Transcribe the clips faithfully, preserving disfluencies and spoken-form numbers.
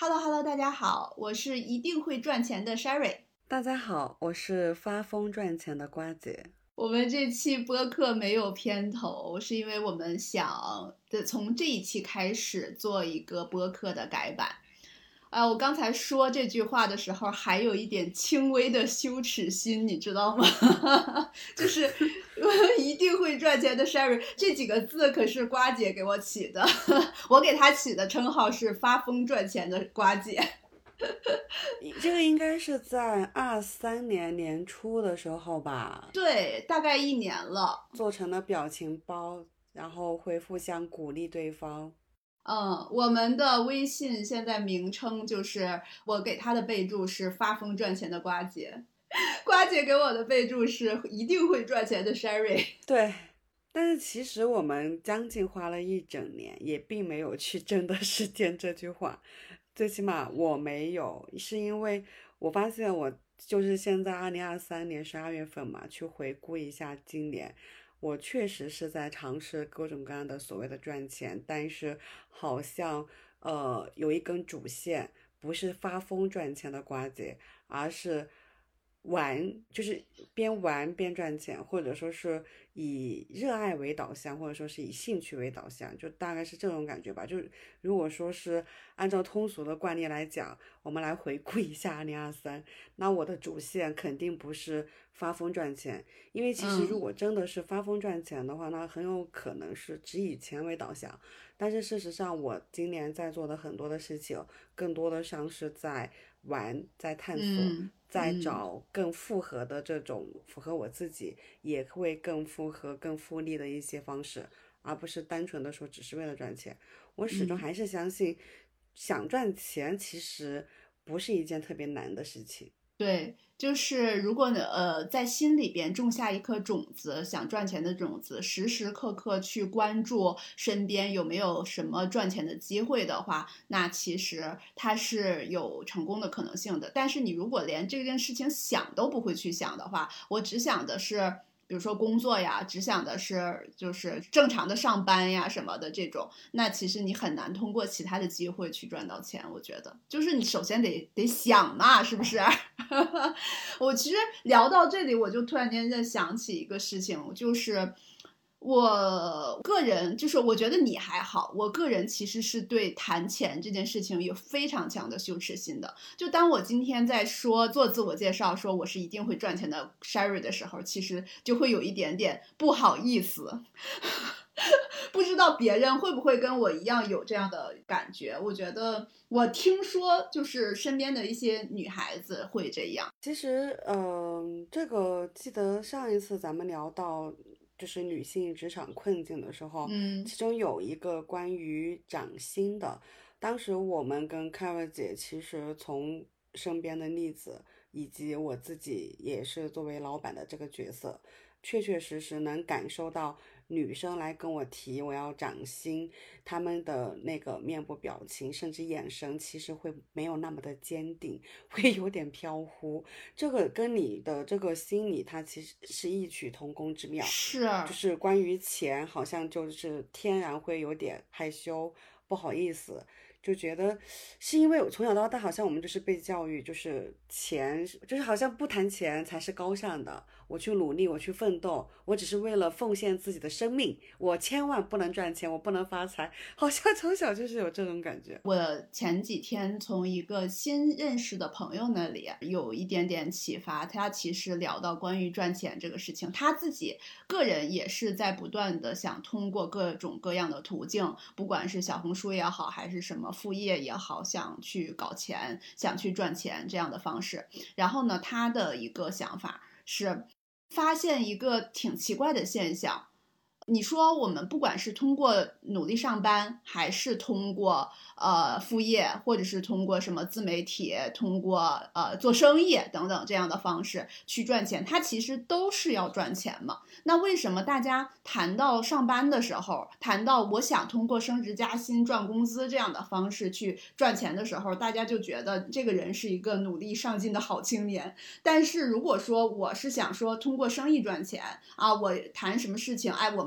Hello Hello，大家好，我是一定会赚钱的 Sherry。 大家好，我是发疯赚钱的瓜姐。 我们这期播客没有片头，是因为我们想的从这一期开始做一个播客的改版。啊，我刚才说这句话的时候，还有一点轻微的羞耻心，你知道吗？就是一定会赚钱的 Sherry 这几个字可是瓜姐给我起的，我给她起的称号是发疯赚钱的瓜姐。 这个应该是在二三年年初的时候吧， 对，大概一年了。 做成了表情包，然后会互相鼓励对方。 嗯，我们的微信现在名称就是我给他的备注是发疯赚钱的瓜姐，瓜姐给我的备注是一定会赚钱的 Sherry。 对，但是其实我们将近花了一整年，也并没有去真的实践这句话。最起码我没有，是因为我发现我就是现在二零二三年十二月份嘛，去回顾一下今年。我确实是在尝试各种各样的所谓的赚钱，但是好像呃有一根主线，不是发疯赚钱的瓜姐，而是玩，就是边玩边赚钱，或者说是以热爱为导向，或者说是以兴趣为导向，就大概是这种感觉吧。就如果说是按照通俗的惯例来讲，我们来回顾一下二零二三，那我的主线肯定不是发疯赚钱，因为其实如嗯果真的是发疯赚钱的话，那很有可能是只以钱为导向。但是事实上，我今年在做的很多的事情，更多的像是在玩，在探索， 嗯在嗯找更复合的这种符合我自己，也会更复合、更复利的一些方式，而不是单纯的说只是为了赚钱。我始终嗯。 还是相信，想赚钱其实不是一件特别难的事情。 对，就是如果呢，呃，在心里边种下一颗种子，想赚钱的种子，时时刻刻去关注身边有没有什么赚钱的机会的话，那其实它是有成功的可能性的。但是你如果连这件事情想都不会去想的话，我只想的是。比如说工作呀，只想的是就是正常的上班呀什么的这种，那其实你很难通过其他的机会去赚到钱。我觉得，就是你首先得得想嘛，是不是？我其实聊到这里，我就突然间在想起一个事情，就是我个人，就是我觉得你还好，我个人其实是对谈钱这件事情有非常强的羞耻心的。就当我今天在说做自我介绍，说我是一定会赚钱的 Sherry 的时候，其实就会有一点点不好意思。不知道别人会不会跟我一样有这样的感觉？我觉得我听说就是身边的一些女孩子会这样。 其实，嗯、这个记得上一次咱们聊到就是女性职场困境的时候， 嗯其中有一个关于涨薪的。当时我们跟凯瑞姐其实从身边的例子，以及我自己也是作为老板的这个角色，确确实实能感受到女生来跟我提我要涨薪，她们的那个面部表情甚至眼神其实会没有那么的坚定，会有点飘忽。这个跟你的这个心理，它其实是异曲同工之妙。 是。 就是关于钱，好像就是天然会有点害羞，不好意思，就觉得是因为我从小到大，好像我们就是被教育，就是钱，就是好像不谈钱才是高尚的。我去努力，我去奋斗，我只是为了奉献自己的生命，我千万不能赚钱，我不能发财，好像从小就是有这种感觉。 我前几天从一个新认识的朋友那里有一点点启发，他其实聊到关于赚钱这个事情，他自己个人也是在不断的想通过各种各样的途径，不管是小红书也好，还是什么副业也好，想去搞钱，想去赚钱这样的方式。然后呢，他的一个想法是发现一个挺奇怪的现象。你说我们不管是通过努力上班，还是通过呃副业，或者是通过什么自媒体，通过呃做生意等等这样的方式去赚钱，它其实都是要赚钱嘛。那为什么大家谈到上班的时候，谈到我想通过升职加薪赚工资这样的方式去赚钱的时候，大家就觉得这个人是一个努力上进的好青年？但是如果说我是想说通过生意赚钱啊，我谈什么事情，哎，我们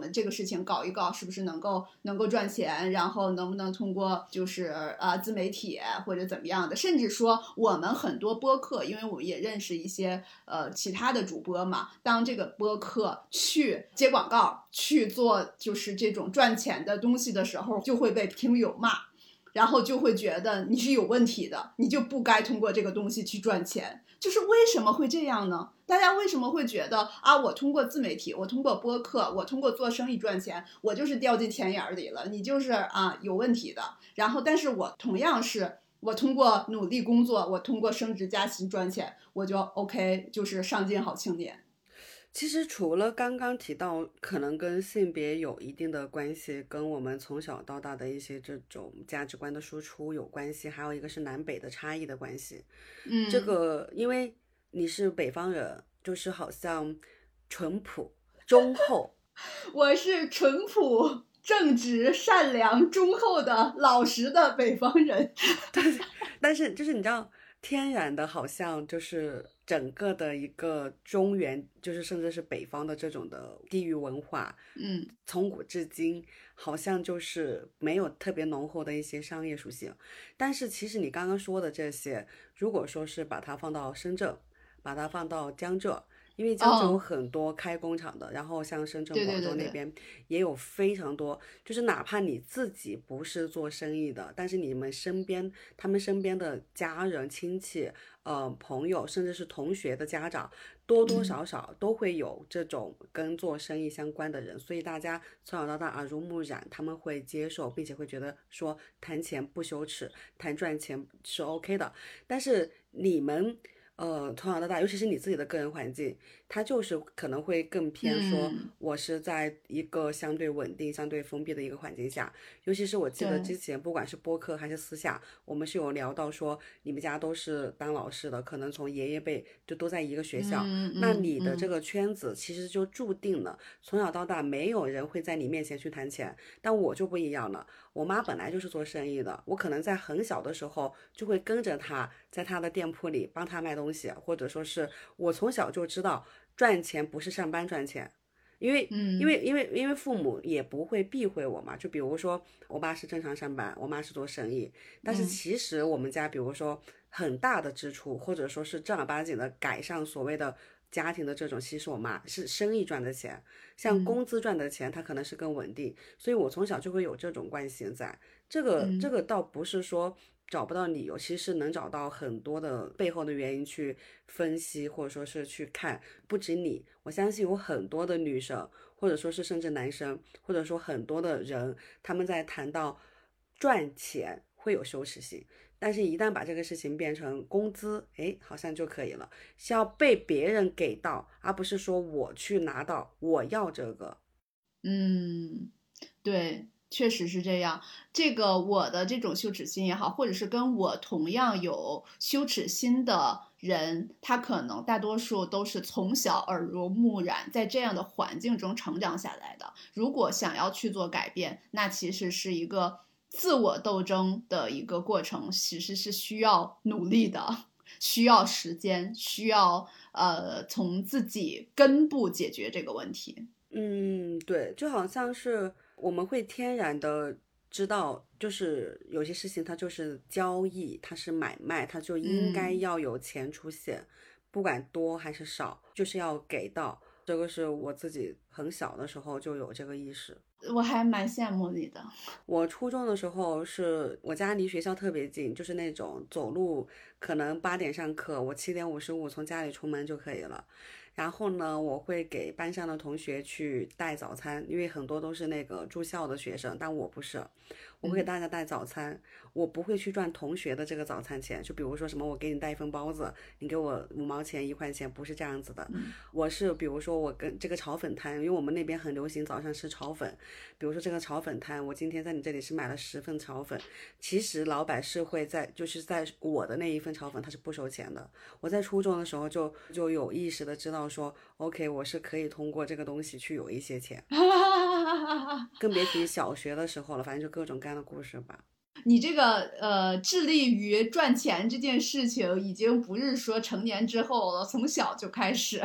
们这个事情搞一搞，是不是能够能够赚钱，然后能不能通过就是呃自媒体或者怎么样的，甚至说我们很多播客，因为我们也认识一些呃其他的主播嘛，当这个播客去接广告，去做就是这种赚钱的东西的时候，就会被听友骂。然后就会觉得你是有问题的，你就不该通过这个东西去赚钱。就是为什么会这样呢？大家为什么会觉得啊，我通过自媒体，我通过播客，我通过做生意赚钱，我就是掉进钱眼里了，你就是啊有问题的。然后，但是我同样是我通过努力工作，我通过升职加薪赚钱，我就 OK，就是上进好青年。 其实除了刚刚提到可能跟性别有一定的关系，跟我们从小到大的一些这种价值观的输出有关系，还有一个是南北的差异的关系。 嗯， 这个因为你是北方人，就是好像淳朴忠厚， 我是淳朴正直善良忠厚的老实的北方人。 对，但是就是你知道天然的好像就是整个的一个中原，就是甚至是北方的这种的地域文化， 嗯， 从古至今好像就是没有特别浓厚的一些商业属性。但是其实你刚刚说的这些，如果说是把它放到深圳，把它放到江浙，因为江浙有很多开工厂的，然后像深圳、 对对广州对对那边也有非常多，就是哪怕你自己不是做生意的，但是你们身边他们身边的家人、亲戚、呃朋友，甚至是同学的家长，多多少少都会有这种跟做生意相关的人，所以大家从小到大耳濡目染，他们会接受，并且会觉得说谈钱不羞耻，谈赚钱是 OK 的。但是你们呃，从小到大，尤其是你自己的个人环境，它就是可能会更偏说， 嗯我是在一个相对稳定、相对封闭的一个环境下。尤其是我记得对之前，不管是播客还是私下，我们是有聊到说，你们家都是当老师的，可能从爷爷辈就都在一个学校， 嗯那嗯嗯你的这个圈子其实就注定了，从小到大没有人会在你面前去谈钱。但我就不一样了，我妈本来就是做生意的，我可能在很小的时候就会跟着她，在她的店铺里帮她卖东西，或者说是我从小就知道赚钱不是上班赚钱。因为因嗯为因为因为父母也不会避讳我嘛，就比如说我爸是正常上班，我妈是做生意，但是嗯其实我们家比如说很大的支出，或者说是正儿八经的改善所谓的家庭的这种，其实我妈是生意赚的钱，像嗯工资赚的钱，它可能是更稳定，所以我从小就会有这种惯性在。这个这嗯个倒不是说找不到理由，其实能找到很多的背后的原因去分析，或者说是去看。不止你，我相信有很多的女生，或者说是甚至男生，或者说很多的人，他们在谈到赚钱会有羞耻心。但是，一旦把这个事情变成工资，哎，好像就可以了，是要被别人给到，而不是说我去拿到，我要这个。 嗯，对，确实是这样。这个我的这种羞耻心也好，或者是跟我同样有羞耻心的人，他可能大多数都是从小耳濡目染，在这样的环境中成长下来的。如果想要去做改变，那其实是一个自我斗争的一个过程，其实是需要努力的，需要时间，需要呃从自己根部解决这个问题。 嗯，对，就好像是我们会天然的知道，就是有些事情它就是交易，它是买卖，它就应该嗯。 要有钱出现，不管多还是少，就是要给到。这个是我自己很小的时候就有这个意识。 我还蛮羡慕你的。 我初中的时候是我家离学校特别近，就是那种走路可能八点上课，我七点五十五从家里出门就可以了。然后呢，我会给班上的同学去带早餐，因为很多都是那个住校的学生，但我不是，我会给大家带早餐。我不会去赚同学的这个早餐钱，就比如说什么我给你带一份包子，你给我五毛钱一块钱，不是这样子的。我是比如说我跟这个炒粉摊，因为我们那边很流行早上吃炒粉，比如说这个炒粉摊，我今天在你这里是买了十份炒粉，其实老板是会在就是在我的那一份炒粉他是不收钱的。我在初中的时候就就有意识的知道说 OK 我是可以通过这个东西去有一些钱，更别提小学的时候了，反正就各种各样的故事吧。 你这个呃，致力于赚钱这件事情，已经不是说成年之后了，从小就开始。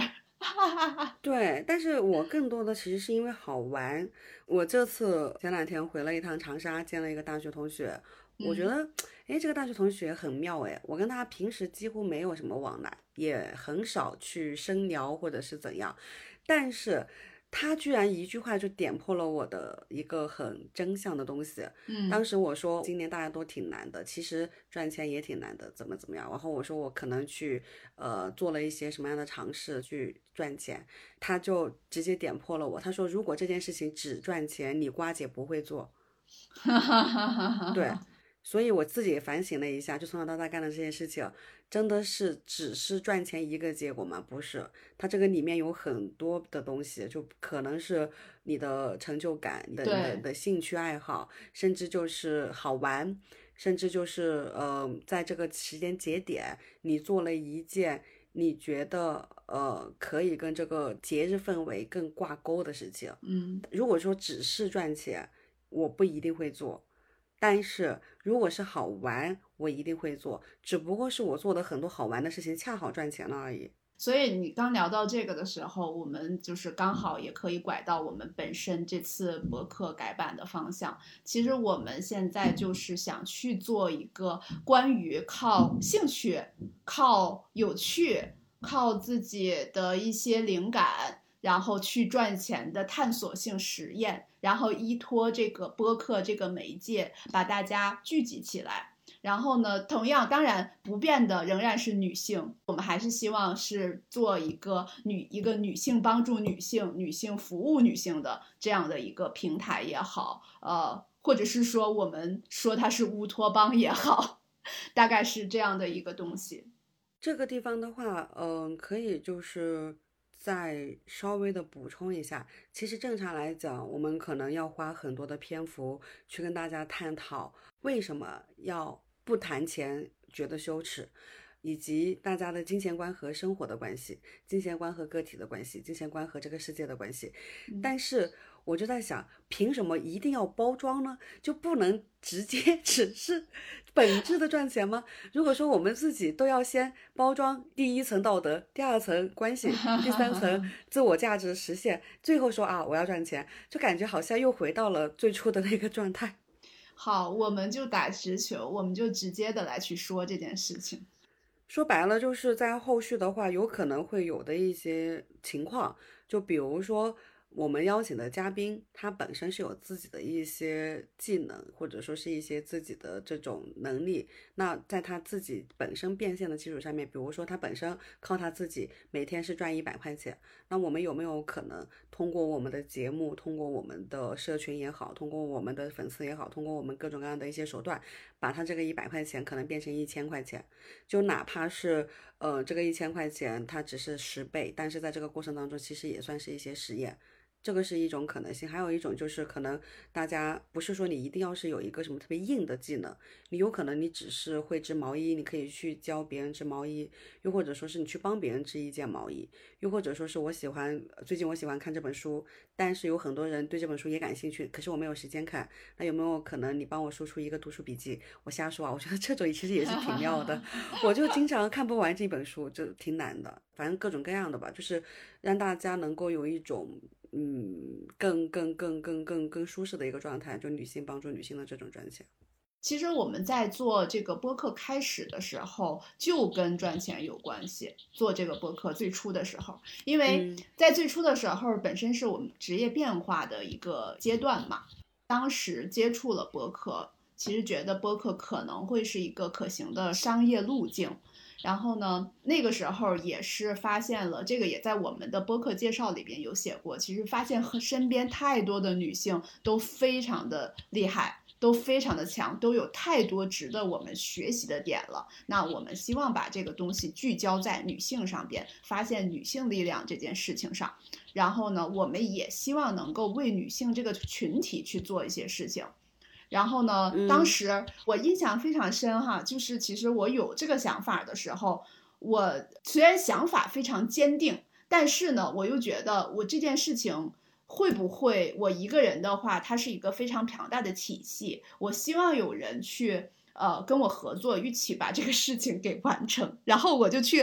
对，但是我更多的其实是因为好玩。我这次前两天回了一趟长沙，见了一个大学同学，我觉嗯得，哎，这个大学同学很妙哎，我跟他平时几乎没有什么往来，也很少去深聊或者是怎样，但是他居然一句话就点破了我的一个很真相的东西。当嗯时我说今年大家都挺难的，其实赚钱也挺难的，怎么怎么样。然后我说我可能去呃做了一些什么样的尝试去赚钱，他就直接点破了我。他说如果这件事情只赚钱，你瓜姐不会做。对，所以我自己也反省了一下，就从小到大干的这些事情，真的是只是赚钱一个结果吗？不是，它这个里面有很多的东西，就可能是你的成就感、你的、你的、 对， 的兴趣爱好，甚至就是好玩，甚至就是呃，在这个时间节点，你做了一件你觉得呃可以跟这个节日氛围更挂钩的事情。 嗯。 如果说只是赚钱，我不一定会做。但是如果是好玩，我一定会做，只不过是我做的很多好玩的事情恰好赚钱了而已。 所以你刚聊到这个的时候，我们就是刚好也可以拐到我们本身这次博客改版的方向。其实我们现在就是想去做一个关于靠兴趣、靠有趣、靠自己的一些灵感，然后去赚钱的探索性实验，然后依托这个播客这个媒介，把大家聚集起来。然后呢，同样当然不变的仍然是女性，我们还是希望是做一个女一个女性帮助女性、女性服务女性的这样的一个平台也好，呃，或者是说我们说它是乌托邦也好，大概是这样的一个东西。 这个地方的话，嗯、可以就是再稍微的补充一下。其实正常来讲，我们可能要花很多的篇幅去跟大家探讨为什么要不谈钱觉得羞耻，以及大家的金钱观和生活的关系，金钱观和个体的关系，金钱观和这个世界的关系。但是我就在想，凭什么一定要包装呢？就不能直接只是本质的赚钱吗？如果说我们自己都要先包装第一层道德，第二层关系，第三层自我价值实现，最后说啊我要赚钱，就感觉好像又回到了最初的那个状态。 好，我们就打直球，我们就直接的来去说这件事情。 说白了，就是在后续的话，有可能会有的一些情况，就比如说我们邀请的嘉宾，他本身是有自己的一些技能，或者说是一些自己的这种能力。那在他自己本身变现的基础上面，比如说他本身靠他自己每天是赚一百块钱，那我们有没有可能通过我们的节目，通过我们的社群也好，通过我们的粉丝也好，通过我们各种各样的一些手段，把他这个一百块钱可能变成一千块钱？就哪怕是呃这个一千块钱它只是十倍，但是在这个过程当中其实也算是一些实验。这个是一种可能性，还有一种就是可能大家不是说你一定要是有一个什么特别硬的技能，你有可能你只是会织毛衣，你可以去教别人织毛衣，又或者说是你去帮别人织一件毛衣，又或者说是我喜欢最近我喜欢看这本书，但是有很多人对这本书也感兴趣，可是我没有时间看，那有没有可能你帮我输出一个读书笔记？我瞎说啊，我觉得这种其实也是挺妙的，我就经常看不完这本书，就挺难的，反正各种各样的吧，就是让大家能够有一种。嗯，更更更更更更舒适的一个状态，就女性帮助女性的这种赚钱。 其实我们在做这个播客开始的时候，就跟赚钱有关系。做这个播客最初的时候，因为在最初的时候，本身是我们职业变化的一个阶段嘛。当时接触了播客，其实觉得播客可能会是一个可行的商业路径。然后呢，那个时候也是发现了，这个也在我们的播客介绍里边有写过。其实发现和身边太多的女性都非常的厉害，都非常的强，都有太多值得我们学习的点了。那我们希望把这个东西聚焦在女性上边，发现女性力量这件事情上。然后呢，我们也希望能够为女性这个群体去做一些事情。然后呢，当时我印象非常深哈，就是其实我有这个想法的时候，我虽然想法非常坚定，但是呢，我又觉得我这件事情会不会我一个人的话，它是一个非常庞大的体系，我希望有人去呃跟我合作，一起把这个事情给完成。然后我就去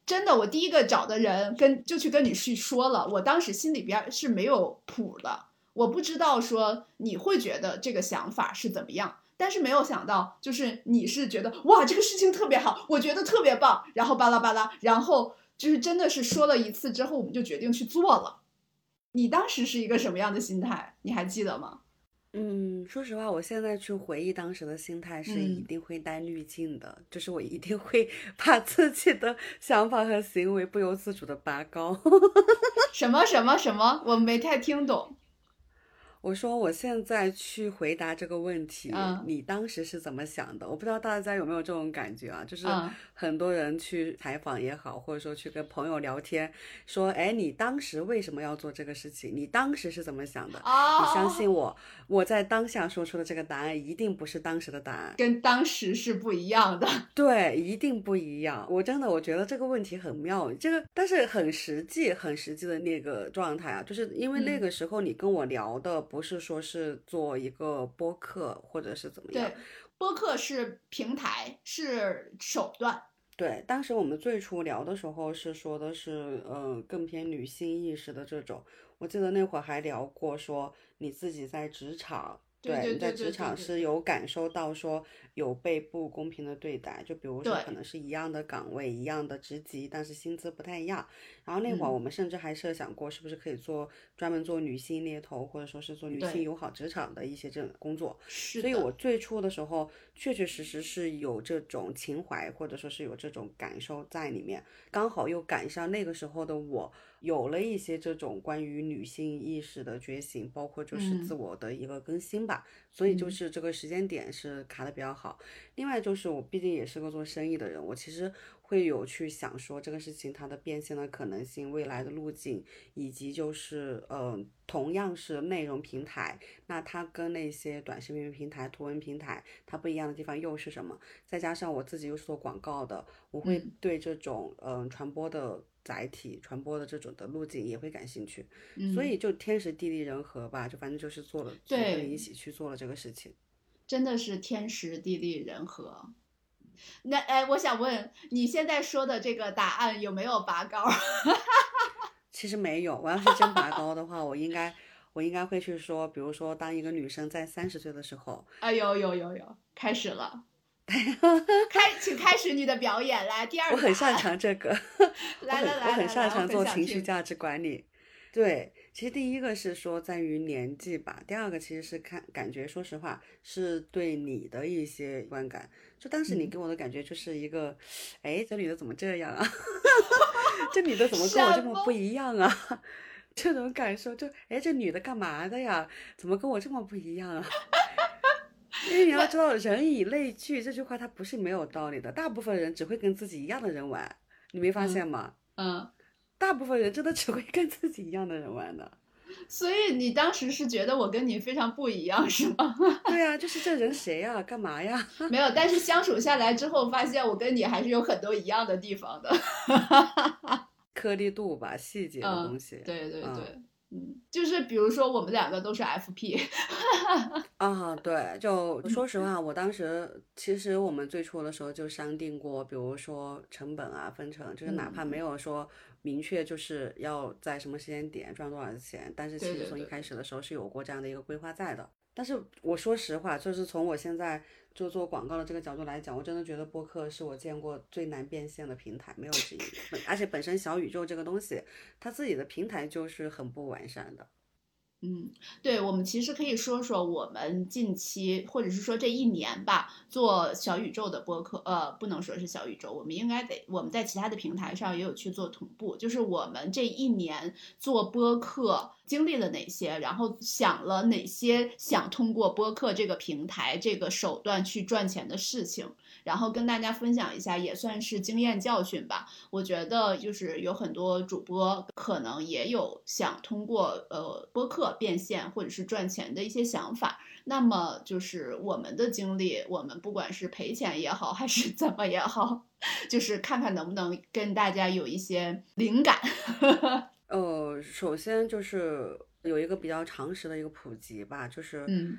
真的，我第一个找的人跟就去跟你去说了，我当时心里边是没有谱的，我不知道说你会觉得这个想法是怎么样，但是没有想到就是你是觉得哇这个事情特别好，我觉得特别棒，然后巴拉巴拉，然后就是真的是说了一次之后我们就决定去做了。你当时是一个什么样的心态？你还记得吗？ 嗯，说实话，我现在去回忆当时的心态是一嗯， 定会带滤镜的，就是我一定会把自己的想法和行为不由自主的拔高。 什么什么什么？我没太听懂。 我说我现在去回答这个问题， 嗯你当时是怎么想的？我不知道大家有没有这种感觉啊，就是嗯很多人去采访也好，或者说去跟朋友聊天，说，哎，你当时为什么要做这个事情？你当时是怎么想的？你相哦， 信我，我在当下说出的这个答案一定不是当时的答案。 跟当时是不一样的。 对，一定不一样。我真的我觉得这个问题很妙，这个但是很实际、很实际的那个状态啊，就是因为那嗯， 个时候你跟我聊的不是说是做一个播客或者是怎么样， 对，播客是平台，是手段。 对，当时我们最初聊的时候是说的是，呃，更偏女性意识的这种。我记得那会儿还聊过说你自己在职场。对，你在对对对对职场对对对是有感受到说有被不公平的对待，就比如说可对， 能是一样的岗位、一样的职级，但是薪资不太一样。然后那会儿我嗯， 们甚至还设想过，是不是可以做专门做女性猎头，或者说是做女性对， 友好职场的一些这种工作。所以我是的， 最初的时候，确确实实是有这种情怀，或者说是有这种感受在里面。刚好又赶上那个时候的我，有了一些这种关于女性意识的觉醒，包括就是自嗯我的一个更新吧。所以就嗯是这个时间点是卡的比较好。另外就是我毕竟也是个做生意的人，我其实会有去想说这个事情它的变现的可能性、未来的路径，以及就是呃，同样是内容平台，那它跟那些短视频平台、图文平台它不一样的地方又是什么？再加上我自己又是做广告的，我会嗯对这种嗯、呃传播的载体、传播的这种的路径也会感兴趣，所嗯， 以就天时地利人和吧，就反正就是做了，就是跟你对， 一起去做了这个事情。 真的是天时地利人和。那哎，我想问你现在说的这个答案有没有拔高？ 其实没有，我要是真拔高的话，我应该我应该会去说，比如说当一个女生在三十岁的时候， 啊，有有有有，开始了，开，请开始你的表演，来，第二我很擅个答案， 长这个，我来来很我很来来来，我擅长做很想听。 情绪价值管理。对，其实第一个是说在于年纪吧，第二个其实是看感觉，说实话是对你的一些观感。就当时你嗯， 给我的感觉就是一个，哎，这女的怎么这样啊？这女的怎么跟我这么不什么？ 一样啊？这种感受就，哎，这女的干嘛的呀？怎么跟我这么不一样啊？因为你要知道“人以类聚”这句话，它不是没有道理的。大部分人只会跟自己一样的人玩，你没发现嗯吗？ 嗯， 大部分人真的只会跟自己一样的人玩的。 所以你当时是觉得我跟你非常不一样，是吗？ 对呀，就是这人谁呀？干嘛呀？ 没有，但是相处下来之后，发现我跟你还是有很多一样的地方的。 颗粒度吧，细节的东嗯， 西。 对对嗯对，嗯，就是比如说我们两个都是 F P。 啊，对，就嗯说实话，我当时其实我们最初的时候就商定过，比如说成本啊分成，就是哪怕没嗯， 有说明确就是要在什么时间点赚多少钱，但是其对实对对对， 从一开始的时候是有过这样的一个规划在的。但是我说实话，就是从我现在就做广告的这个角度来讲，我真的觉得播客是我见过最难变现的平台，没有之一。本而且本身小宇宙这个东西，它自己的平台就是很不完善的。 嗯，对，我们其实可以说说我们近期，或者是说这一年吧，做小宇宙的播客，呃，不能说是小宇宙，我们应该得我们在其他的平台上也有去做同步，就是我们这一年做播客经历了哪些，然后想了哪些想通过播客这个平台这个手段去赚钱的事情，然后跟大家分享一下，也算是经验教训吧。我觉得就是有很多主播可能也有想通过呃播客变现或者是赚钱的一些想法。那么就是我们的经历，我们不管是赔钱也好，还是怎么也好，就是看看能不能跟大家有一些灵感。 呃，首先就是有一个比较常识的一个普及吧，就是嗯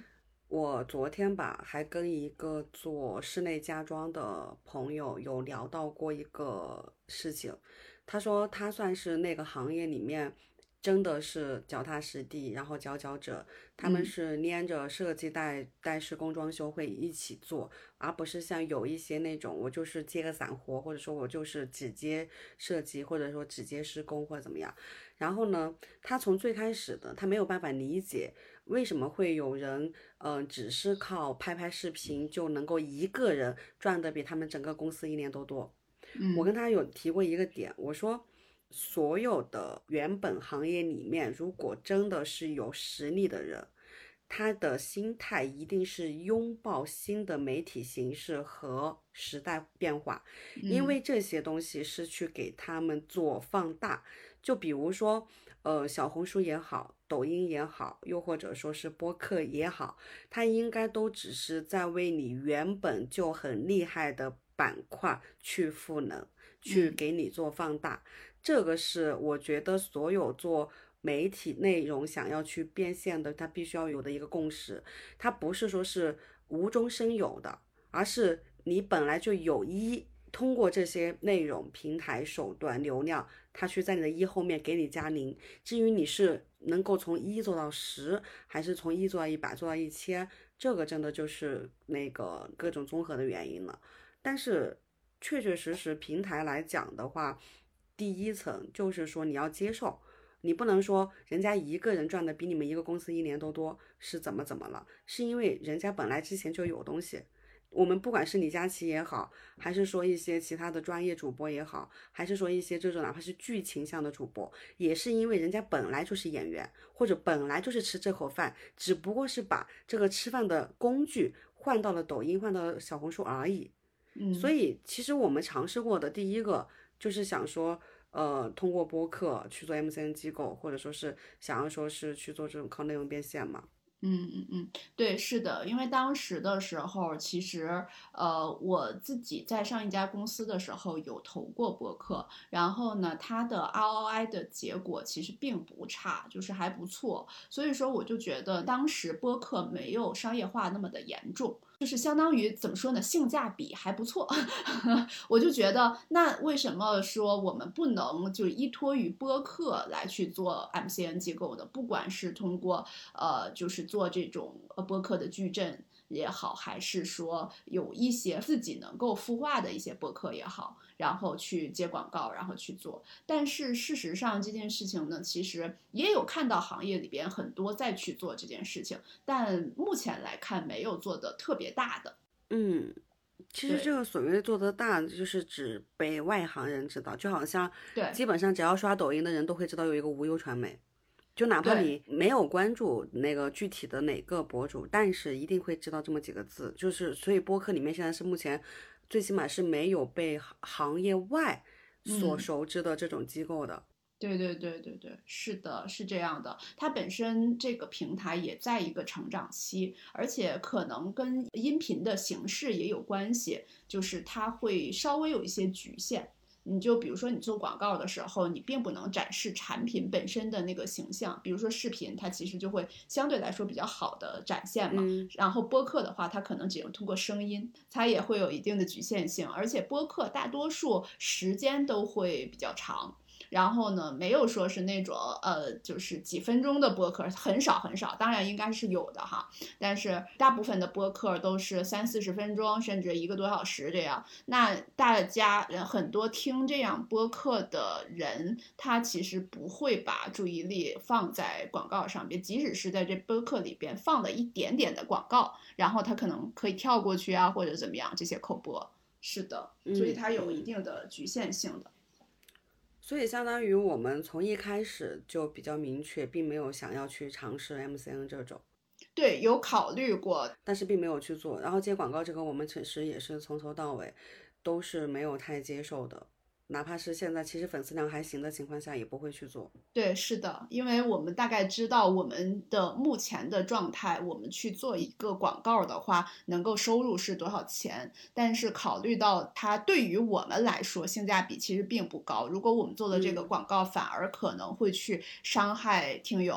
我昨天吧，还跟一个做室内家装的朋友有聊到过一个事情。他说他算是那个行业里面真的是脚踏实地，然后佼佼者。他们嗯是连着设计带带施工装修会一起做，而不是像有一些那种我就是接个散活，或者说我就是只接设计，或者说只接施工或者怎么样。然后呢，他从最开始的他没有办法理解为什么会有人，嗯、呃只是靠拍拍视频就能够一个人赚的比他们整个公司一年都多。我嗯跟他有提过一个点，我说，所有的原本行业里面，如果真的是有实力的人，他的心态一定是拥抱新的媒体形式和时代变化，因嗯为这些东西是去给他们做放大。就比如说，呃，小红书也好，抖音也好，又或者说是播客也好，它应该都只是在为你原本就很厉害的板块去赋能，去嗯给你做放大。这个是我觉得所有做媒体内容想要去变现的，它必须要有的一个共识。它不是说是无中生有的，而是你本来就有一。通过这些内容平台手段流量，它去在你的一后面给你加零。至于你是能够从一做到十，还是从一做到一百，做到一千，这个真的就是那个各种综合的原因了。但是确确实实平台来讲的话，第一层就是说你要接受，你不能说人家一个人赚的比你们一个公司一年都多，是怎么怎么了？是因为人家本来之前就有东西。我们不管是李佳琦也好，还是说一些其他的专业主播也好，还是说一些这种哪怕是剧情向的主播，也是因为人家本来就是演员，或者本来就是吃这口饭，只不过是把这个吃饭的工具换到了抖音，换到了小红书而已。所嗯。 以其实我们尝试过的第一个就是想说，呃，通过播客去做 M C N 机构，或者说是想要说是去做这种靠内容变现嘛。 嗯嗯嗯，对，是的，因为当时的时候，其实呃，我自己在上一家公司的时候有投过播客，然后呢，它的 R O I 的结果其实并不差，就是还不错，所以说我就觉得当时播客没有商业化那么的严重。就是相当于怎么说呢，性价比还不错，我就觉得那为什么说我们不能就依托于播客来去做 M C N 机构的？不管是通过呃，就是做这种呃播客的矩阵也好，还是说有一些自己能够孵化的一些播客也好，然后去接广告，然后去做。但是事实上这件事情呢，其实也有看到行业里边很多在去做这件事情，但目前来看没有做的特别大的。 嗯，其实这对个所谓做得大，就是指被外行人知道，就好像对基本上只要刷抖音的人都会知道有一个无忧传媒，就哪怕对， 你没有关注那个具体的哪个博主，但是一定会知道这么几个字。就是所以播客里面现在是目前最起码是没有被行行业外所嗯。 熟知的这种机构的。 对对对对对，是的，是这样的。它本身这个平台也在一个成长期，而且可能跟音频的形式也有关系，就是它会稍微有一些局限。你就比如说你做广告的时候，你并不能展示产品本身的那个形象，比如说视频，它其实就会相对来说比较好的展现嘛。 嗯， 然后播客的话，它可能只能通过声音，它也会有一定的局限性，而且播客大多数时间都会比较长。然后呢，没有说是那种呃，就是几分钟的播客，很少很少，当然应该是有的哈，但是大部分的播客都是三四十分钟，甚至一个多小时这样。那大家很多听这样播客的人，他其实不会把注意力放在广告上边，即使是在这播客里边放了一点点的广告，然后他可能可以跳过去啊，或者怎么样，这些口播。是的，所以嗯它有一嗯。 定的局限性的。 所以相当于我们从一开始就比较明确，并没有想要去尝试 M C N 这种， 对，有考虑过。 但是并没有去做。然后接广告这个，我们其实也是从头到尾都是没有太接受的，哪怕是现在其实粉丝量还行的情况下，也不会去做。 对，是的，因为我们大概知道我们的目前的状态，我们去做一个广告的话，能够收入是多少钱。但是考虑到它对于我们来说性价比其实并不高，如果我们做的这个嗯广告反而可能会去伤害听友，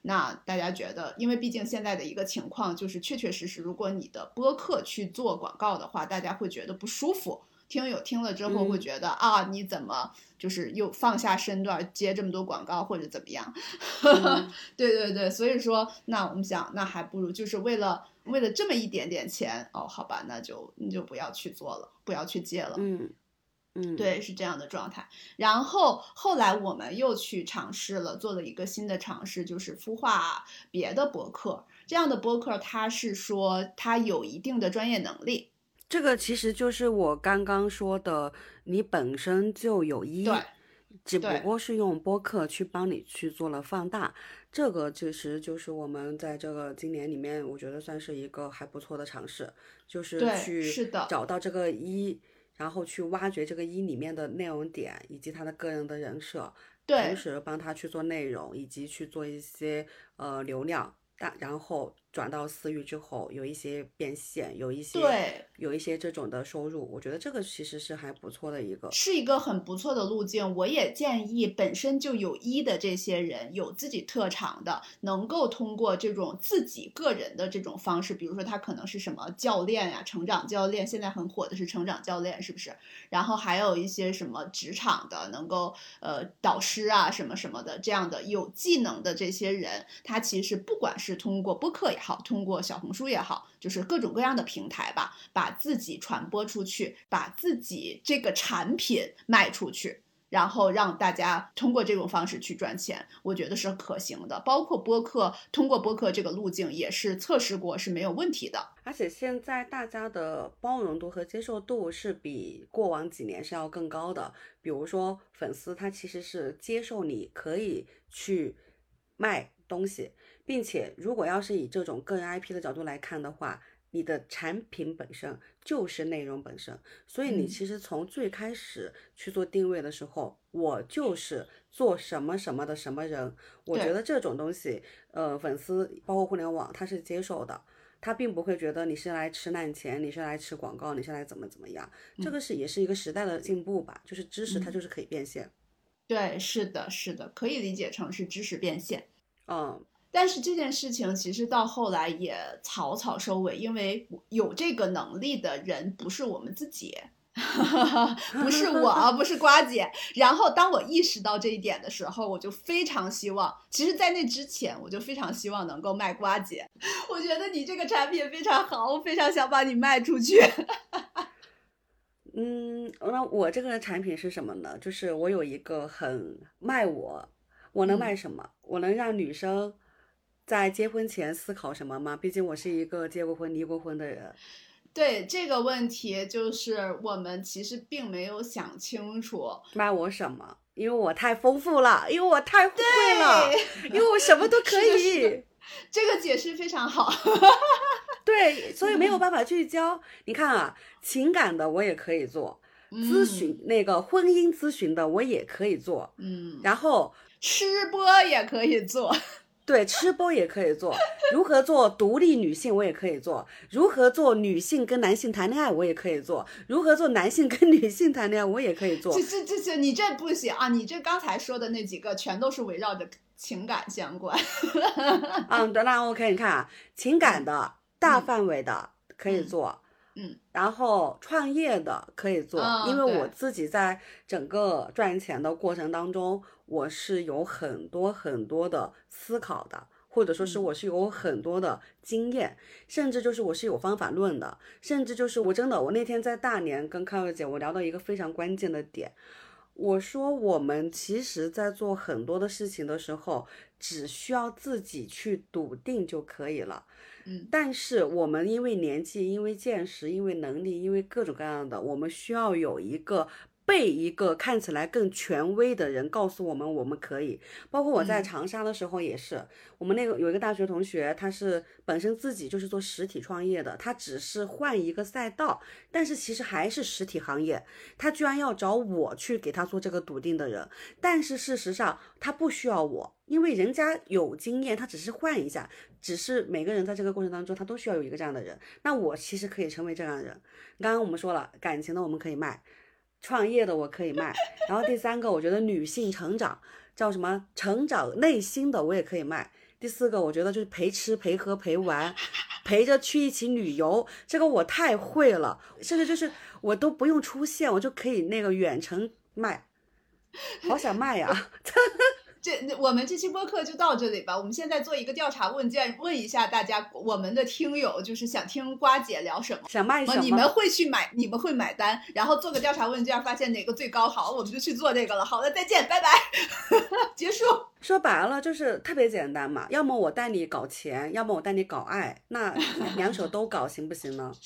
那大家觉得，因为毕竟现在的一个情况就是确确实实，如果你的播客去做广告的话，大家会觉得不舒服。听友听了之后会觉得、嗯、啊，你怎么就是又放下身段接这么多广告或者怎么样？嗯、对对对，所以说那我们想，那还不如就是为了为了这么一点点钱哦，好吧，那就你就不要去做了，不要去接了。 嗯嗯， 对，是这样的状态。然后后来我们又去尝试了，做了一个新的尝试，就是孵化别的播客。这样的播客，它是说它有一定的专业能力。 这个其实就是我刚刚说的，你本身就有一， 对， 只不过是用播客去帮你去做了放大。这个其实就是我们在这个今年里面，我觉得算是一个还不错的尝试，就是去找到这个一，然后去挖掘这个一里面的内容点以及他的个人的人设，同时帮他去做内容以及去做一些呃流量。但然后转到私域之后，有一些变现，有一些对， 有一些这种的收入，我觉得这个其实是还不错的一个， 是一个很不错的路径。我也建议本身就有一的这些人，有自己特长的，能够通过这种自己个人的这种方式，比如说他可能是什么教练呀、成长教练，现在很火的是成长教练，是不是？然后还有一些什么职场的，能够呃导师啊什么什么的，这样的有技能的这些人，他其实不管是是通过播客也好，通过小红书也好，就是各种各样的平台吧，把自己传播出去，把自己这个产品卖出去，然后让大家通过这种方式去赚钱，我觉得是可行的。包括播客，通过播客这个路径也是测试过是没有问题的。 而且现在大家的包容度和接受度是比过往几年是要更高的。比如说粉丝他其实是接受你可以去卖东西，并且如果要是以这种个人 I P 的角度来看的话，你的产品本身就是内容本身，所以你其实从最开始去做定位的时候，嗯、我就是做什么什么的什么人，我觉得这种东西，呃，粉丝包括互联网他是接受的。他并不会觉得你是来吃烂钱，你是来吃广告，你是来怎么怎么样，这个是也是一个时代的进步吧，就是知识它就是可以变现。 嗯、对，是的，是的，可以理解成是知识变现。 嗯， 但是这件事情其实到后来也草草收尾，因为有这个能力的人不是我们自己。不是我，不是瓜姐。然后当我意识到这一点的时候，我就非常希望，其实在那之前我就非常希望能够卖瓜姐，我觉得你这个产品非常好，我非常想把你卖出去。 嗯，那我这个产品是什么呢？就是我有一个很卖我，我能卖什么？嗯、我能让女生在结婚前思考什么吗？毕竟我是一个结过婚、离过婚的人。 对这个问题，就是我们其实并没有想清楚卖我什么，因为我太丰富了，因为我太会了，因为我什么都可以。 是的是的，这个解释非常好。 对，所以没有办法聚焦。你看啊，情感的我也可以做，咨询、嗯、那个婚姻咨询的我也可以做， 嗯， 然后吃播也可以做。 对，吃播也可以做，如何做独立女性我也可以做，如何做女性跟男性谈恋爱我也可以做，如何做男性跟女性谈恋爱我也可以做。 这这这这你这不行啊！你这刚才说的那几个全都是围绕着情感相关。 嗯，对，那 OK， 你看啊，情感的、嗯、大范围的可以做。 嗯，嗯然后创业的可以做、哦、因为我自己在整个赚钱的过程当中，我是有很多很多的思考的，或者说是我是有很多的经验、嗯、甚至就是我是有方法论的，甚至就是我真的我那天在大连跟康瑞姐我聊到一个非常关键的点，我说我们其实在做很多的事情的时候只需要自己去笃定就可以了。 嗯， 但是我们因为年纪，因为见识，因为能力，因为各种各样的，我们需要有一个被一个看起来更权威的人告诉我们我们可以。包括我在长沙的时候也是、嗯、我们那个有一个大学同学，他是本身自己就是做实体创业的，他只是换一个赛道，但是其实还是实体行业，他居然要找我去给他做这个笃定的人。但是事实上他不需要我，因为人家有经验，他只是换一下，只是每个人在这个过程当中他都需要有一个这样的人，那我其实可以成为这样的人。刚刚我们说了，感情的我们可以卖，创业的我可以卖，然后第三个我觉得女性成长叫什么成长内心的我也可以卖，第第四个我觉得就是陪吃陪喝陪玩，陪着去一起旅游，这个我太会了，甚至就是我都不用出现，我就可以那个远程卖，好想卖呀。 这我们这期播客就到这里吧。我们现在做一个调查问卷，问一下大家，我们的听友就是想听瓜姐聊什么， 想卖什么， 你们会去买，你们会买单，然后做个调查问卷，发现哪个最高，好，我们就去做这个了。好了，再见，拜拜，结束。 说白了就是特别简单嘛，要么我带你搞钱，要么我带你搞爱，那两手都搞行不行呢？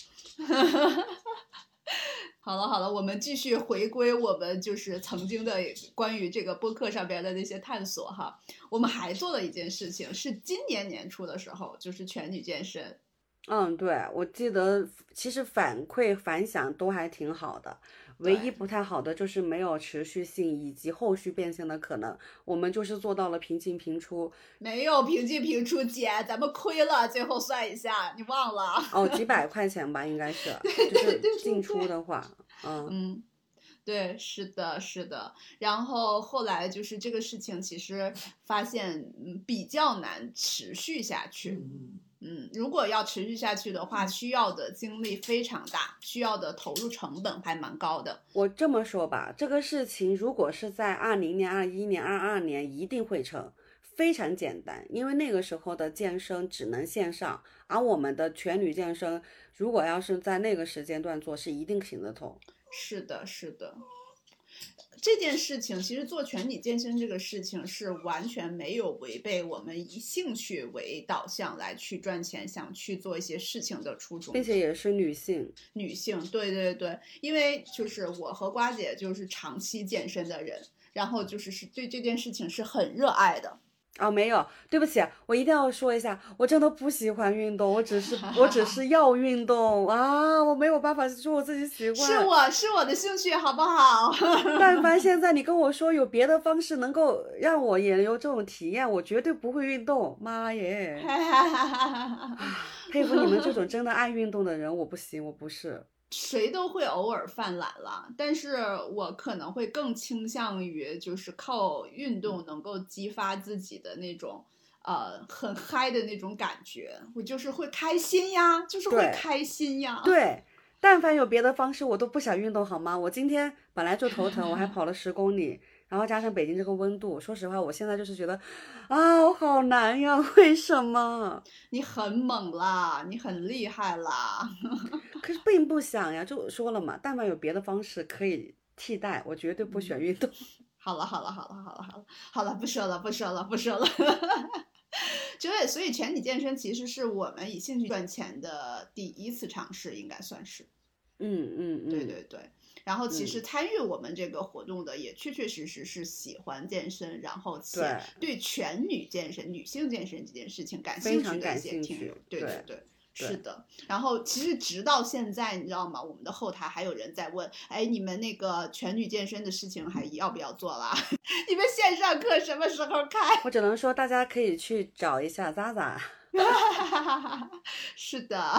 好了好了，我们继续回归我们就是曾经的关于这个播客上边的那些探索哈。我们还做了一件事情，是今年年初的时候，就是全女健身。 嗯，对，我记得其实反馈反响都还挺好的，唯一不太好的就是没有持续性以及后续变现的可能。我们就是做到了平进平出， 没有平进平出，姐，咱们亏了，最后算一下，你忘了？ 哦，几百块钱吧，应该是，就是进出的话，嗯嗯。对，是的，是的。然后后来就是这个事情，其实发现嗯比较难持续下去。嗯嗯，如果要持续下去的话，需要的精力非常大，需要的投入成本还蛮高的。 我这么说吧，这个事情如果是在二零年、二一年、二二年，一定会成。非常简单，因为那个时候的健身只能线上，而我们的全女健身，如果要是在那个时间段做，是一定行得通。 是的，是的。这件事情其实做全女健身这个事情是完全没有违背我们以兴趣为导向来去赚钱，想去做一些事情的初衷， 并且也是女性。 女性，对对对，因为就是我和瓜姐就是长期健身的人，然后就是是对这件事情是很热爱的。 哦，没有，对不起，我一定要说一下，我真的不喜欢运动，我只是我只是要运动啊，我没有办法说我自己喜欢。 是我是我的兴趣，好不好？ 但凡现在你跟我说有别的方式能够让我也有这种体验，我绝对不会运动。妈耶！佩服你们这种真的爱运动的人，我不行，我不是。 谁都会偶尔犯懒了，但是我可能会更倾向于就是靠运动能够激发自己的那种呃很嗨的那种感觉，我就是会开心呀，就是会开心呀。 对，但凡有别的方式，我都不想运动好吗？我今天本来就头疼，我还跑了十公里，然后加上北京这个温度，说实话，我现在就是觉得啊，我好难呀，为什么？ 你很猛啦，你很厉害啦。 可是并不想呀，就说了嘛，但凡有别的方式可以替代，我绝对不选运动。 好了好了好了好了好了好了，不说了不说了不说了。就所以全体健身其实是我们以兴趣赚钱的第一次尝试，应该算是。 嗯嗯嗯， 对对对。然后其实参与我们这个活动的也确确实实是喜欢健身，然后且对全女健身、女性健身这件事情感兴趣的一些听友。对对对。是的，然后其实直到现在，你知道吗？我们的后台还有人在问，哎，你们那个全女健身的事情还要不要做了？你们线上课什么时候开？ 我只能说大家可以去找一下 Zaza。 是的。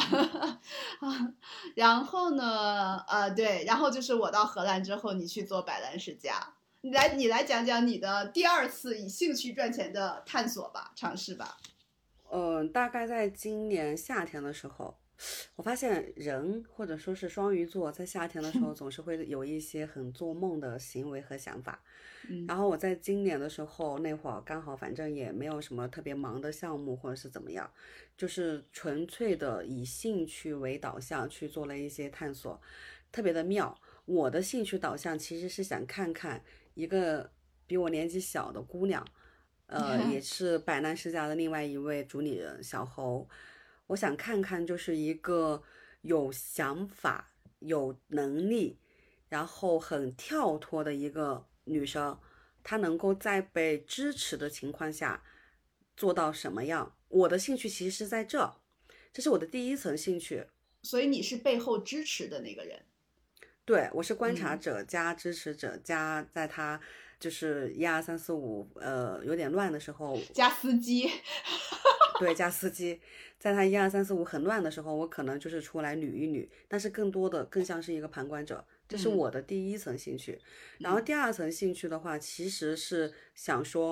然后呢，呃，对，然后就是我到荷兰之后，你去做摆烂世家，你来，你来讲讲你的第二次以兴趣赚钱的探索吧，尝试吧。 嗯，大概在今年夏天的时候，我发现人或者说是双鱼座在夏天的时候总是会有一些很做梦的行为和想法。 嗯， 然后我在今年的时候那会儿刚好反正也没有什么特别忙的项目或者是怎么样，就是纯粹的以兴趣为导向去做了一些探索，特别的妙。我的兴趣导向其实是想看看一个比我年纪小的姑娘。呃，也是摆烂世家的另外一位主理人小侯，我想看看就是一个有想法、有能力，然后很跳脱的一个女生，她能够在被支持的情况下做到什么样。我的兴趣其实是在这，这是我的第一层兴趣。 所以你是背后支持的那个人。 对，我是观察者加支持者加在他就是一二三四五呃有点乱的时候加司机。 对，加司机，在他一二三四五很乱的时候，我可能就是出来捋一捋，但是更多的更像是一个旁观者，这是我的第一层兴趣。 嗯、 然后第二层兴趣的话，其实是想说，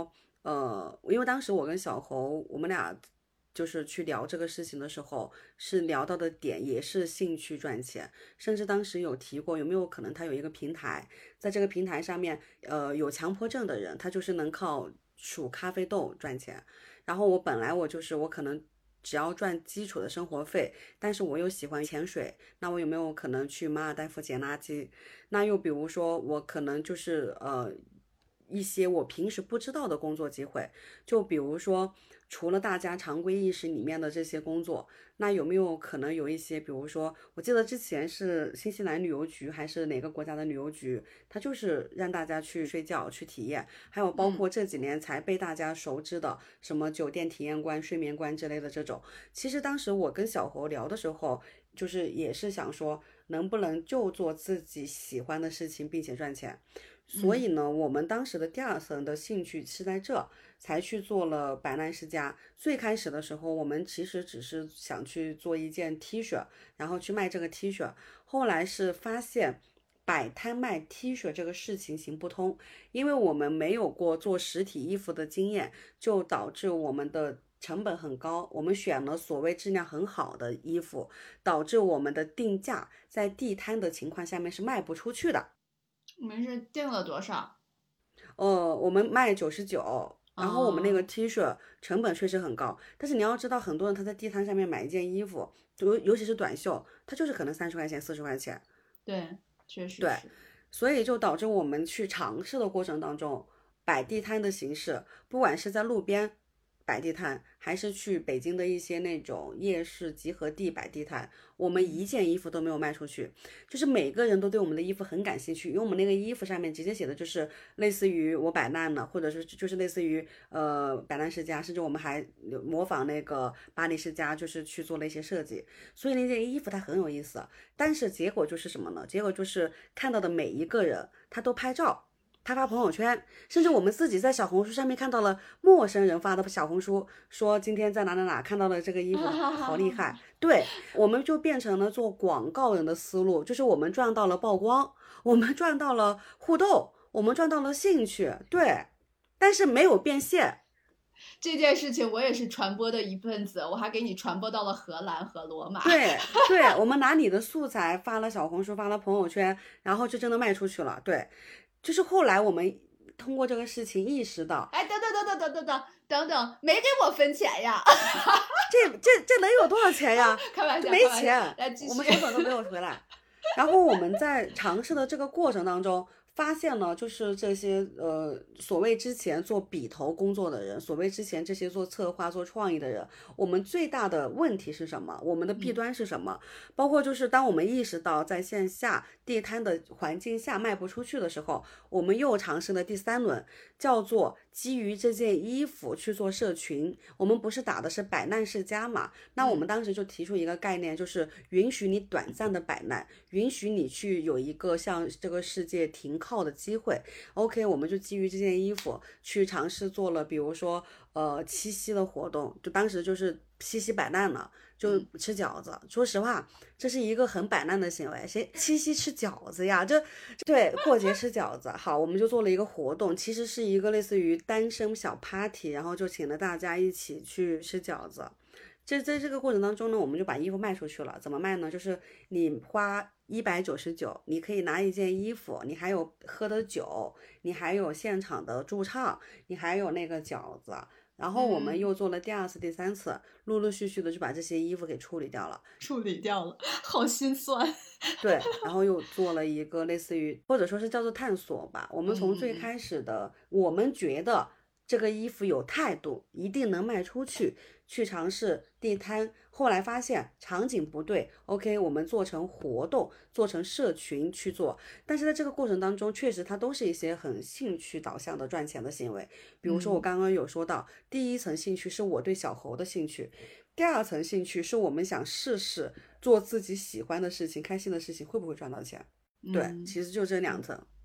呃，因为当时我跟小侯我们俩就是去聊这个事情的时候，是聊到的点也是兴趣赚钱，甚至当时有提过有没有可能他有一个平台，在这个平台上面，呃，有强迫症的人，他就是能靠数咖啡豆赚钱。然后我本来我就是我可能只要赚基础的生活费，但是我又喜欢潜水，那我有没有可能去马尔代夫捡垃圾？那又比如说我可能就是呃一些我平时不知道的工作机会，就比如说除了大家常规意识里面的这些工作，那有没有可能有一些，比如说我记得之前是新西兰旅游局还是哪个国家的旅游局，它就是让大家去睡觉去体验，还有包括这几年才被大家熟知的什么酒店体验官、睡眠官之类的这种。其实当时我跟小侯聊的时候，就是也是想说能不能就做自己喜欢的事情并且赚钱。所以呢，我们当时的第二层的兴趣是在这，才去做了摆烂世家。最开始的时候，我们其实只是想去做一件 T 恤，然后去卖这个 T 恤。后来是发现摆摊卖 T 恤这个事情行不通，因为我们没有过做实体衣服的经验，就导致我们的成本很高，我们选了所谓质量很好的衣服，导致我们的定价在地摊的情况下面是卖不出去的。 你们是定了多少？ 呃，我们卖九十九，然后我们那个哦 T 恤成本确实很高，但是你要知道，很多人他在地摊上面买一件衣服，尤尤其是短袖，它就是可能三十块钱、四十块钱。 对，确实对， 是。 所以就导致我们去尝试的过程当中，摆地摊的形式，不管是在路边摆地摊，还是去北京的一些那种夜市集合地摆地摊，我们一件衣服都没有卖出去。就是每个人都对我们的衣服很感兴趣，因为我们那个衣服上面直接写的就是类似于我摆烂了，或者是就是类似于呃摆烂世家，甚至我们还模仿那个巴黎世家，就是去做了一些设计。所以那件衣服它很有意思，但是结果就是什么呢？结果就是看到的每一个人他都拍照。他发朋友圈，甚至我们自己在小红书上面看到了陌生人发的小红书，说今天在哪哪哪看到了这个衣服，好厉害。对，我们就变成了做广告人的思路，就是我们赚到了曝光，我们赚到了互动，我们赚到了兴趣，对，但是没有变现。 这件事情我也是传播的一份子，我还给你传播到了荷兰和罗马。 对对，我们拿你的素材发了小红书，发了朋友圈，然后就真的卖出去了。对，就是后来我们通过这个事情意识到， 哎，等等等等等等等等等，没给我分钱呀？ 这这这能有多少钱呀？ 开玩笑， 没钱， 来继续。 我们成本都没有回来。然后我们在尝试的这个过程当中，发现了就是这些呃所谓之前做笔头工作的人，所谓之前这些做策划、做创意的人，我们最大的问题是什么？我们的弊端是什么？包括就是当我们意识到在线下地摊的环境下卖不出去的时候，我们又尝试了第三轮，叫做基于这件衣服去做社群。我们不是打的是摆烂世家嘛？那我们当时就提出一个概念，就是允许你短暂的摆烂，允许你去有一个向这个世界停靠的机会。OK， 我们就基于这件衣服去尝试做了，比如说呃七夕的活动，就当时就是七夕摆烂了。就吃饺子，说实话，这是一个很摆烂的行为。谁七夕吃饺子呀？这对过节吃饺子。好，我们就做了一个活动，其实是一个类似于单身小 party，然后就请了大家一起去吃饺子。这在这个过程当中呢，我们就把衣服卖出去了。怎么卖呢？就是你花一百九十九，你可以拿一件衣服，你还有喝的酒，你还有现场的驻唱，你还有那个饺子。然后我们又做了第二次、第三次，陆陆续续的就把这些衣服给处理掉了， 处理掉了，好心酸。 对，然后又做了一个类似于，或者说是叫做探索吧。我们从最开始的，我们觉得这个衣服有态度，一定能卖出去，去尝试地摊，后来发现场景不对 ，OK， 我们做成活动，做成社群去做。但是在这个过程当中，确实它都是一些很兴趣导向的赚钱的行为。比如说我刚刚有说到，第一层兴趣是我对小猴的兴趣，第二层兴趣是我们想试试做自己喜欢的事情、开心的事情会不会赚到钱。对，其实就这两层。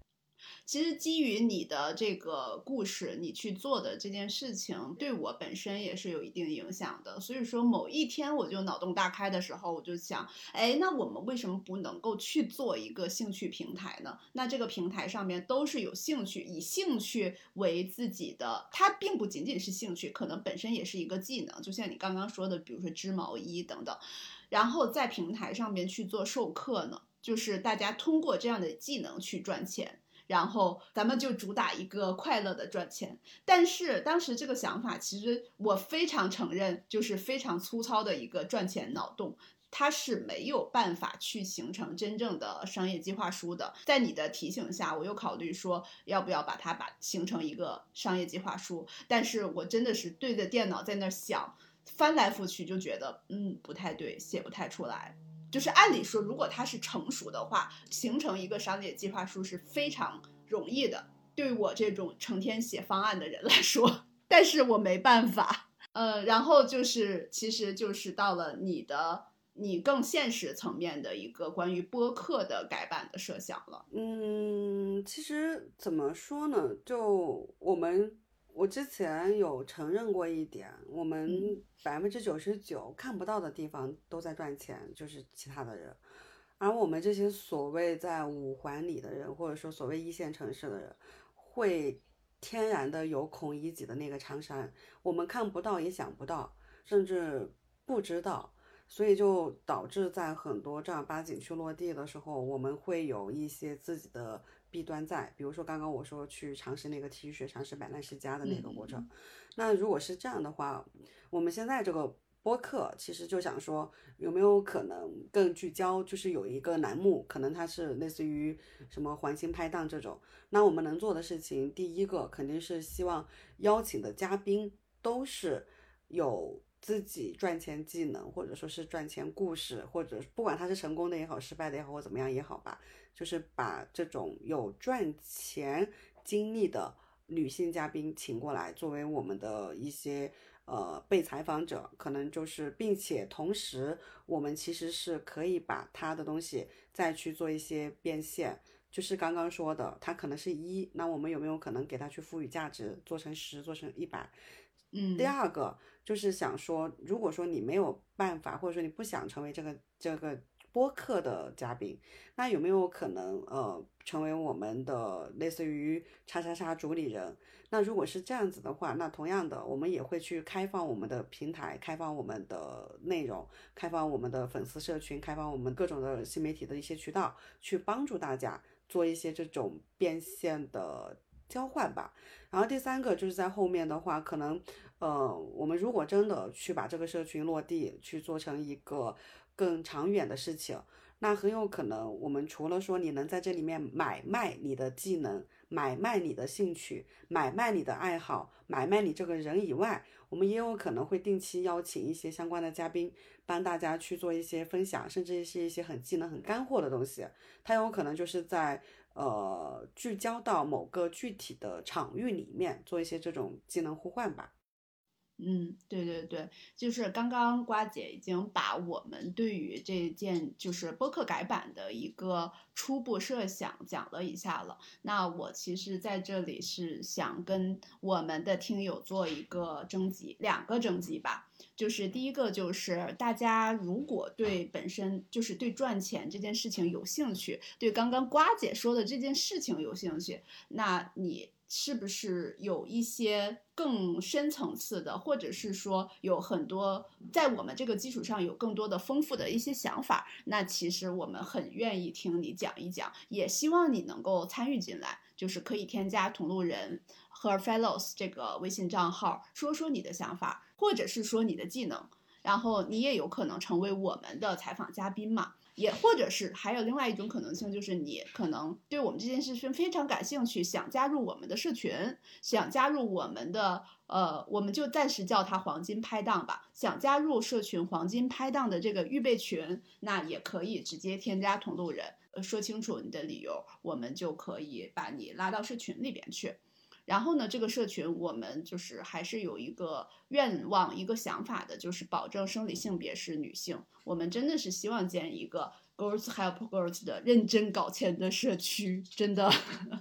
其实基于你的这个故事，你去做的这件事情，对我本身也是有一定影响的。所以说，某一天我就脑洞大开的时候，我就想，哎，那我们为什么不能够去做一个兴趣平台呢？那这个平台上面都是有兴趣，以兴趣为自己的，它并不仅仅是兴趣，可能本身也是一个技能。就像你刚刚说的，比如说织毛衣等等，然后在平台上面去做授课呢，就是大家通过这样的技能去赚钱。然后咱们就主打一个快乐的赚钱。但是当时这个想法，其实我非常承认，就是非常粗糙的一个赚钱脑洞。它是没有办法去形成真正的商业计划书的。在你的提醒下，我又考虑说要不要把它把形成一个商业计划书，但是我真的是对着电脑在那想，翻来覆去就觉得嗯不太对，写不太出来。就是按理说，如果它是成熟的话，形成一个商业计划书是非常容易的，对我这种成天写方案的人来说，但是我没办法。呃，然后就是，其实就是到了你的你更现实层面的一个关于播客的改版的设想了。 嗯，其实怎么说呢，就我们。我之前有承认过一点，我们百分之九十九看不到的地方都在赚钱，就是其他的人，而我们这些所谓在五环里的人，或者说所谓一线城市的人，会天然的有孔乙己的那个长衫，我们看不到也想不到，甚至不知道，所以就导致在很多正儿八经去落地的时候，我们会有一些自己的弊端在，比如说刚刚我说去尝试那个 T 恤，尝试摆烂世家的那个过程。嗯、那如果是这样的话，我们现在这个播客其实就想说，有没有可能更聚焦，就是有一个栏目，可能它是类似于什么黄金拍档这种。那我们能做的事情，第一个肯定是希望邀请的嘉宾都是有自己赚钱技能，或者说是赚钱故事，或者不管他是成功的也好，失败的也好，或怎么样也好吧。就是把这种有赚钱经历的女性嘉宾请过来，作为我们的一些呃被采访者，可能就是并且同时我们其实是可以把他的东西再去做一些变现，就是刚刚说的，他可能是一，那我们有没有可能给他去赋予价值，做成十，做成一百？ 嗯， 第二个就是想说，如果说你没有办法，或者说你不想成为这个这个。播客的嘉宾，那有没有可能呃成为我们的类似于叉叉叉主理人？那如果是这样子的话，那同样的我们也会去开放我们的平台，开放我们的内容，开放我们的粉丝社群，开放我们各种的新媒体的一些渠道，去帮助大家做一些这种变现的交换吧。然后第三个就是在后面的话，可能呃我们如果真的去把这个社群落地，去做成一个更长远的事情，那很有可能我们除了说你能在这里面买卖你的技能，买卖你的兴趣，买卖你的爱好，买卖你这个人以外，我们也有可能会定期邀请一些相关的嘉宾，帮大家去做一些分享，甚至是一些很技能很干货的东西。它有可能就是在呃聚焦到某个具体的场域里面做一些这种技能互换吧。 嗯，对对对，就是刚刚瓜姐已经把我们对于这件就是播客改版的一个初步设想讲了一下了。那我其实在这里是想跟我们的听友做一个征集，两个征集吧。就是第一个就是大家如果对本身就是对赚钱这件事情有兴趣，对刚刚瓜姐说的这件事情有兴趣，那你是不是有一些更深层次的，或者是说有很多在我们这个基础上有更多的丰富的一些想法，那其实我们很愿意听你讲一讲，也希望你能够参与进来，就是可以添加同路人Her Fellows 这个微信账号，说说你的想法，或者是说你的技能，然后你也有可能成为我们的采访嘉宾嘛。也或者是还有另外一种可能性，就是你可能对我们这件事情非常感兴趣，想加入我们的社群，想加入我们的呃，我们就暂时叫它黄金拍档吧，想加入社群黄金拍档的这个预备群，那也可以直接添加同路人，呃，说清楚你的理由，我们就可以把你拉到社群里边去。然后呢，这个社群我们就是还是有一个愿望、一个想法的，就是保证生理性别是女性。我们真的是希望建一个 Girls Help Girls 的认真搞钱的社区，真的。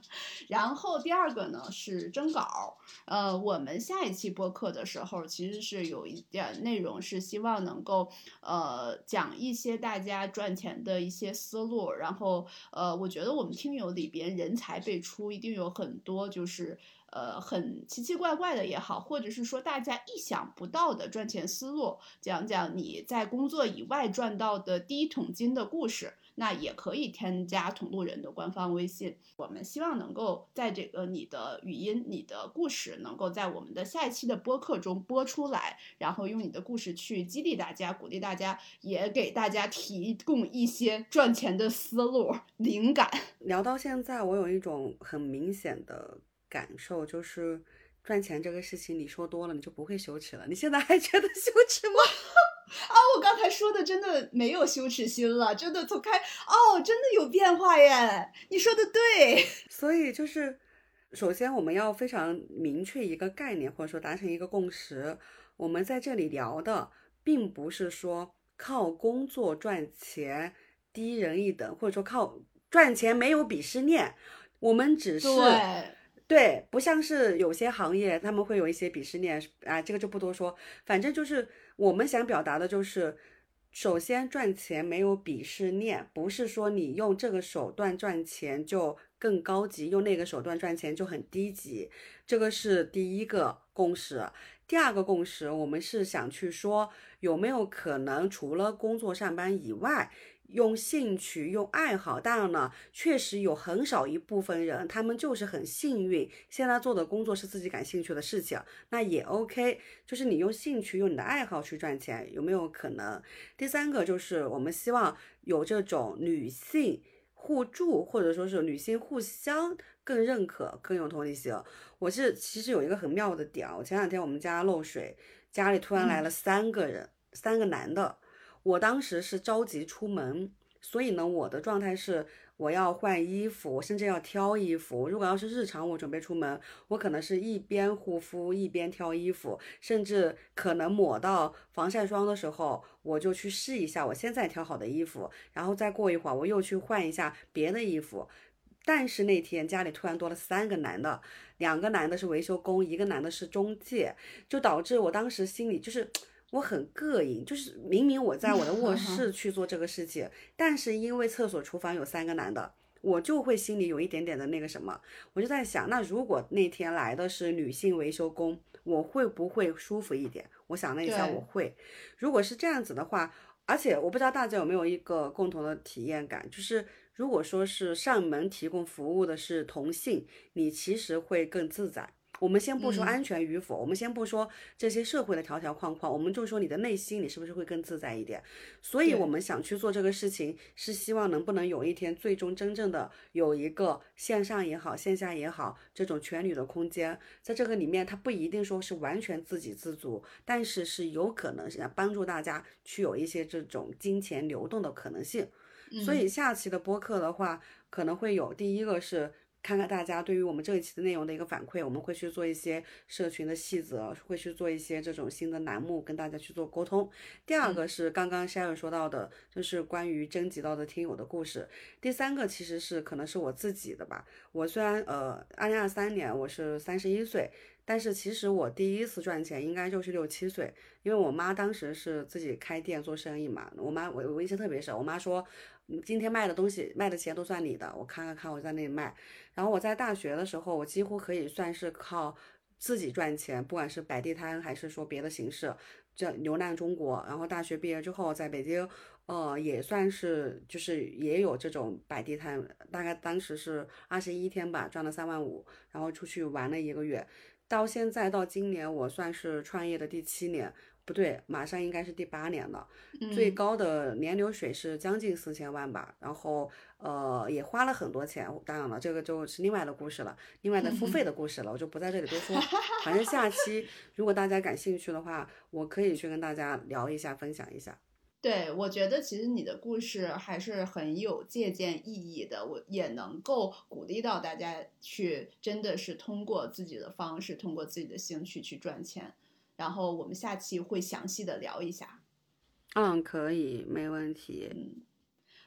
然后第二个呢是征稿，呃，我们下一期播客的时候，其实是有一点内容是希望能够呃讲一些大家赚钱的一些思路，然后呃，我觉得我们听友里边人才辈出，一定有很多就是呃很奇奇怪怪的也好，或者是说大家意想不到的赚钱思路，讲讲你在工作以外赚到的第一桶金的故事。那也可以添加同路人的官方微信，我们希望能够在这个你的语音、你的故事能够在我们的下一期的播客中播出来，然后用你的故事去激励大家、鼓励大家，也给大家提供一些赚钱的思路、灵感。 聊到现在，我有一种很明显的感受，就是赚钱这个事情，你说多了你就不会羞耻了。你现在还觉得羞耻吗？ 啊，我刚才说的真的没有羞耻心了，真的从开哦，真的有变化耶！你说的对， 所以就是首先我们要非常明确一个概念，或者说达成一个共识。我们在这里聊的并不是说靠工作赚钱低人一等，或者说靠赚钱没有鄙视链，我们只是对。 对，不像是有些行业他们会有一些鄙视链啊，这个就不多说。反正就是我们想表达的就是，首先赚钱没有鄙视链，不是说你用这个手段赚钱就更高级，用那个手段赚钱就很低级，这个是第一个共识。第二个共识，我们是想去说有没有可能除了工作上班以外，用兴趣、用爱好，当然了，确实有很少一部分人，他们就是很幸运，现在做的工作是自己感兴趣的事情，那也 OK。就是你用兴趣、用你的爱好去赚钱，有没有可能？第三个就是我们希望有这种女性互助，或者说是女性互相更认可、更有同理心。我是其实有一个很妙的点，我前两天我们家漏水，家里突然来了三个人，嗯、三个男的。我当时是着急出门，所以呢，我的状态是我要换衣服，我甚至要挑衣服。如果要是日常我准备出门，我可能是一边护肤一边挑衣服，甚至可能抹到防晒霜的时候，我就去试一下我现在挑好的衣服，然后再过一会儿我又去换一下别的衣服。但是那天家里突然多了三个男的，两个男的是维修工，一个男的是中介，就导致我当时心里就是我很膈应，就是明明我在我的卧室去做这个事情，但是因为厕所厨房有三个男的，我就会心里有一点点的那个什么，我就在想，那如果那天来的是女性维修工，我会不会舒服一点？我想了一下，我会。如果是这样子的话，而且我不知道大家有没有一个共同的体验感，就是如果说是上门提供服务的是同性，你其实会更自在。我们先不说安全与否，嗯、我们先不说这些社会的条条框框，我们就说你的内心，你是不是会更自在一点？所以我们想去做这个事情，是希望能不能有一天，最终真正的有一个线上也好，线下也好，这种全女的空间，在这个里面，它不一定说是完全自给自足，但是是有可能是想帮助大家去有一些这种金钱流动的可能性。所以下期的播客的话，可能会有第一个是看看大家对于我们这一期的内容的一个反馈，我们会去做一些社群的细则，会去做一些这种新的栏目跟大家去做沟通。第二个是刚刚 Sharon 说到的，就是关于征集到的听友的故事。第三个其实是可能是我自己的吧，我虽然呃二零二三年我是三十一岁。但是其实我第一次赚钱应该就是六七岁，因为我妈当时是自己开店做生意嘛。我妈我我印象特别深，我妈说，今天卖的东西卖的钱都算你的，我看看看我在那里卖。然后我在大学的时候，我几乎可以算是靠自己赚钱，不管是摆地摊还是说别的形式，这流浪中国。然后大学毕业之后，在北京，呃，也算是就是也有这种摆地摊，大概当时是二十一天吧，赚了三万五，然后出去玩了一个月。到现在到今年，我算是创业的第七年，不对，马上应该是第八年了。 嗯、 最高的年流水是将近四千万吧，然后呃也花了很多钱。当然了，这个就是另外的故事了，另外的付费的故事了，我就不在这里多说。反正下期如果大家感兴趣的话，我可以去跟大家聊一下，分享一下。 对，我觉得其实你的故事还是很有借鉴意义的，我也能够鼓励到大家去，真的是通过自己的方式，通过自己的兴趣去赚钱。然后我们下期会详细的聊一下。 嗯，可以，没问题。 嗯，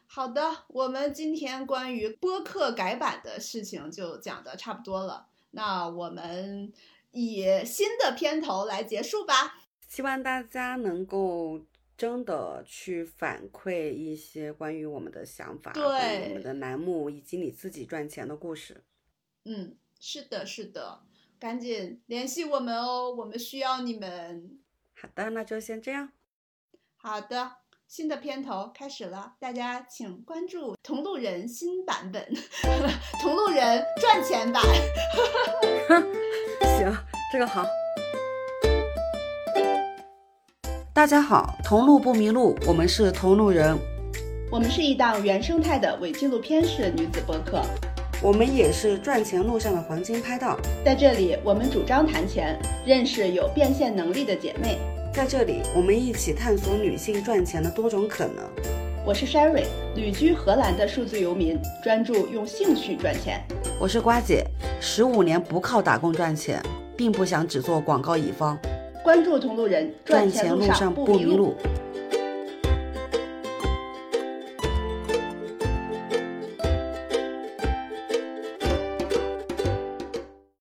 好的，我们今天关于播客改版的事情就讲的差不多了，那我们以新的片头来结束吧。 希望大家能够真的去反馈一些关于我们的想法，关于我们的栏目以及你自己赚钱的故事。 嗯，是的，是的，赶紧联系我们哦，我们需要你们。 好的，那就先这样。 好的，新的片头开始了，大家请关注同路人新版本，同路人赚钱版。 行，这个好。大家好，同路不迷路，我们是同路人。 我们是一档原生态的伪纪录片式女子播客， 我们也是赚钱路上的黄金拍档。 在这里，我们主张谈钱，认识有变现能力的姐妹。 在这里，我们一起探索女性赚钱的多种可能。 我是 Sherry， 旅居荷兰的数字游民，专注用兴趣赚钱。 我是瓜姐，十五年不靠打工赚钱，并不想只做广告乙方。 关注同路人，赚钱路上不迷路。